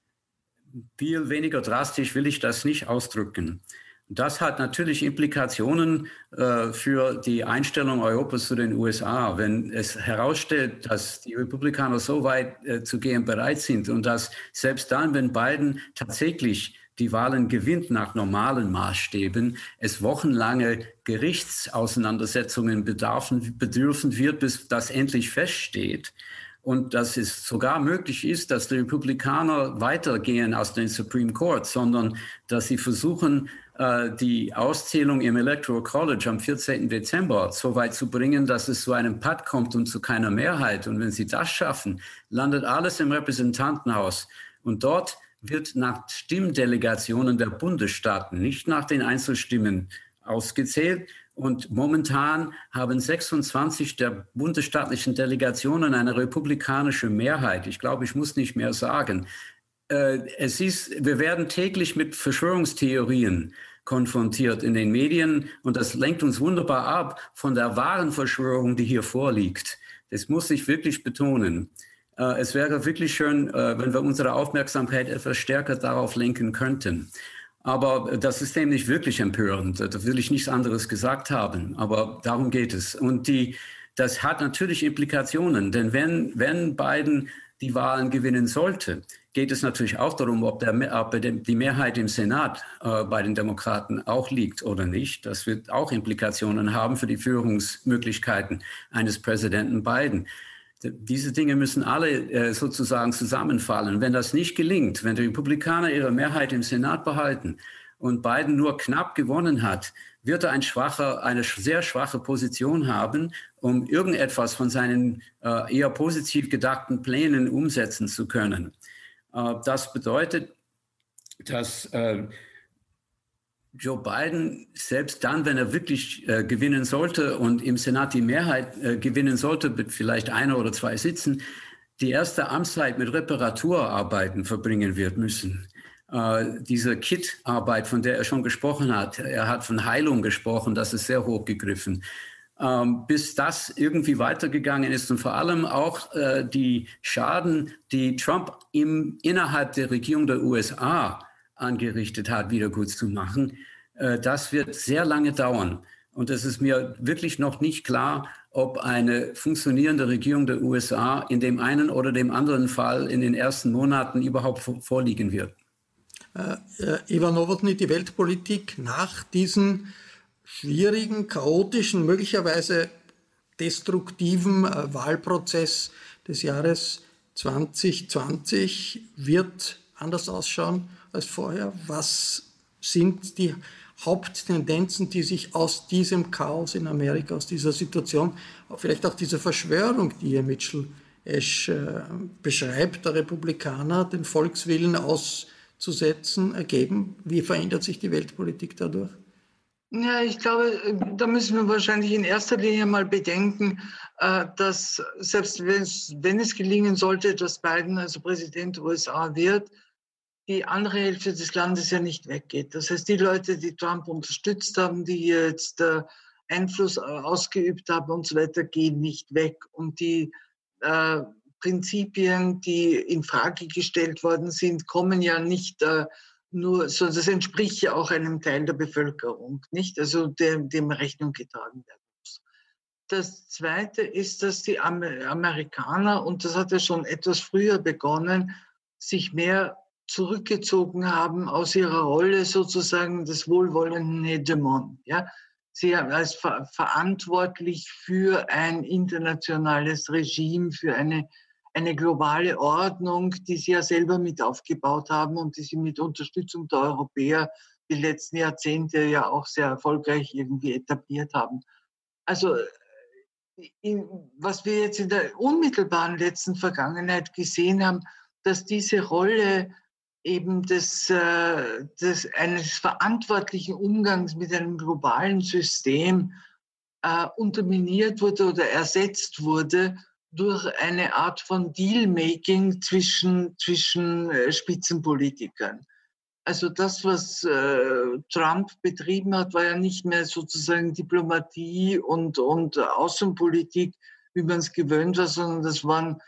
Viel weniger drastisch will ich das nicht ausdrücken. Das hat natürlich Implikationen für die Einstellung Europas zu den USA. Wenn es herausstellt, dass die Republikaner so weit zu gehen bereit sind und dass selbst dann, wenn Biden tatsächlich die Wahlen gewinnt nach normalen Maßstäben, es wochenlange Gerichtsauseinandersetzungen bedürfen wird, bis das endlich feststeht. Und dass es sogar möglich ist, dass die Republikaner weitergehen aus den Supreme Court, sondern dass sie versuchen, die Auszählung im Electoral College am 14. Dezember so weit zu bringen, dass es zu einem Patt kommt und zu keiner Mehrheit. Und wenn sie das schaffen, landet alles im Repräsentantenhaus. Und dort wird nach Stimmdelegationen der Bundesstaaten, nicht nach den Einzelstimmen, ausgezählt. Und momentan haben 26 der bundesstaatlichen Delegationen eine republikanische Mehrheit. Ich glaube, ich muss nicht mehr sagen. Wir werden täglich mit Verschwörungstheorien konfrontiert in den Medien und das lenkt uns wunderbar ab von der wahren Verschwörung, die hier vorliegt. Das muss ich wirklich betonen. Es wäre wirklich schön, wenn wir unsere Aufmerksamkeit etwas stärker darauf lenken könnten. Aber das ist nämlich wirklich empörend. Da will ich nichts anderes gesagt haben. Aber darum geht es. Und das hat natürlich Implikationen. Denn wenn Biden die Wahlen gewinnen sollte, geht es natürlich auch darum, ob die Mehrheit im Senat bei den Demokraten auch liegt oder nicht. Das wird auch Implikationen haben für die Führungsmöglichkeiten eines Präsidenten Biden. Diese Dinge müssen alle sozusagen zusammenfallen. Wenn das nicht gelingt, wenn die Republikaner ihre Mehrheit im Senat behalten und Biden nur knapp gewonnen hat, wird er eine sehr schwache Position haben, um irgendetwas von seinen eher positiv gedachten Plänen umsetzen zu können. Das bedeutet, dass Joe Biden, selbst dann, wenn er wirklich gewinnen sollte und im Senat die Mehrheit gewinnen sollte, mit vielleicht 1 oder 2 Sitzen, die erste Amtszeit mit Reparaturarbeiten verbringen wird müssen. Diese Kit-Arbeit, von der er schon gesprochen hat, er hat von Heilung gesprochen, das ist sehr hoch gegriffen. bis das irgendwie weitergegangen ist und vor allem auch die Schaden, die Trump innerhalb der Regierung der USA angerichtet hat, wieder gut zu machen, das wird sehr lange dauern. Und es ist mir wirklich noch nicht klar, ob eine funktionierende Regierung der USA in dem einen oder dem anderen Fall in den ersten Monaten überhaupt vorliegen wird. Eva Nowotny, die Weltpolitik nach diesen schwierigen, chaotischen, möglicherweise destruktiven Wahlprozess des Jahres 2020 wird anders ausschauen als vorher. Was sind die Haupttendenzen, die sich aus diesem Chaos in Amerika, aus dieser Situation, vielleicht auch dieser Verschwörung, die hier Mitchell Ash beschreibt, der Republikaner, den Volkswillen auszusetzen, ergeben? Wie verändert sich die Weltpolitik dadurch? Ja, ich glaube, da müssen wir wahrscheinlich in erster Linie mal bedenken, dass selbst wenn es gelingen sollte, dass Biden also Präsident der USA wird, die andere Hälfte des Landes ja nicht weggeht. Das heißt, die Leute, die Trump unterstützt haben, die jetzt Einfluss ausgeübt haben und so weiter, gehen nicht weg. Und die Prinzipien, die in Frage gestellt worden sind, kommen ja nicht nur, so das entspricht ja auch einem Teil der Bevölkerung, nicht? Also dem Rechnung getragen werden muss. Das Zweite ist, dass die Amerikaner, und das hat ja schon etwas früher begonnen, sich mehr zurückgezogen haben aus ihrer Rolle sozusagen des wohlwollenden Hegemon. Ja? Sie haben als verantwortlich für ein internationales Regime, für eine globale Ordnung, die sie ja selber mit aufgebaut haben und die sie mit Unterstützung der Europäer die letzten Jahrzehnte ja auch sehr erfolgreich irgendwie etabliert haben. Also was wir jetzt in der unmittelbaren letzten Vergangenheit gesehen haben, dass diese Rolle eben eines verantwortlichen Umgangs mit einem globalen System unterminiert wurde oder ersetzt wurde durch eine Art von Dealmaking zwischen Spitzenpolitikern. Also das, was Trump betrieben hat, war ja nicht mehr sozusagen Diplomatie und Außenpolitik, wie man es gewöhnt war, sondern das waren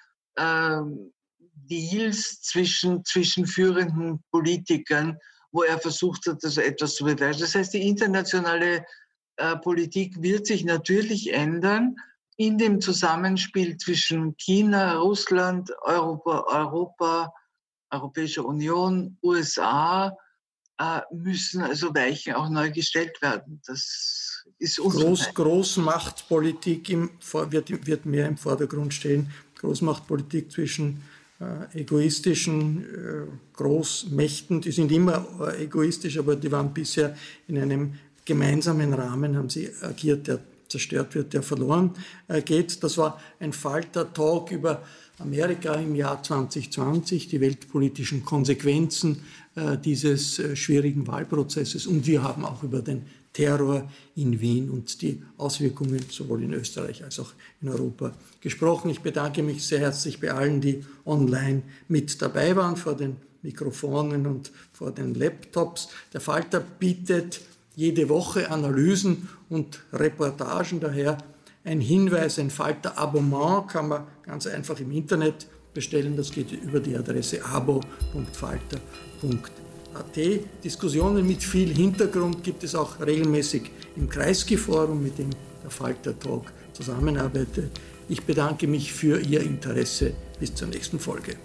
Deals zwischen führenden Politikern, wo er versucht hat, also etwas zu beweisen. Das heißt, die internationale Politik wird sich natürlich ändern in dem Zusammenspiel zwischen China, Russland, Europa, Europäische Union, USA, müssen also Weichen auch neu gestellt werden. Das ist Großmachtpolitik wird mehr im Vordergrund stehen. Großmachtpolitik zwischen egoistischen Großmächten, die sind immer egoistisch, aber die waren bisher in einem gemeinsamen Rahmen, haben sie agiert, der zerstört wird, der verloren geht. Das war ein Falter-Talk über Amerika im Jahr 2020, die weltpolitischen Konsequenzen dieses schwierigen Wahlprozesses. Und wir haben auch über den Terror in Wien und die Auswirkungen sowohl in Österreich als auch in Europa gesprochen. Ich bedanke mich sehr herzlich bei allen, die online mit dabei waren, vor den Mikrofonen und vor den Laptops. Der Falter bietet jede Woche Analysen und Reportagen, daher ein Hinweis, ein Falter-Abonnement kann man ganz einfach im Internet bestellen. Das geht über die Adresse abo.falter.at. Diskussionen mit viel Hintergrund gibt es auch regelmäßig im Kreisky-Forum, mit dem der Falter Talk zusammenarbeitet. Ich bedanke mich für Ihr Interesse. Bis zur nächsten Folge.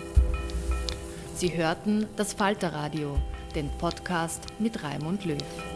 Sie hörten das Falter-Radio, den Podcast mit Raimund Löw.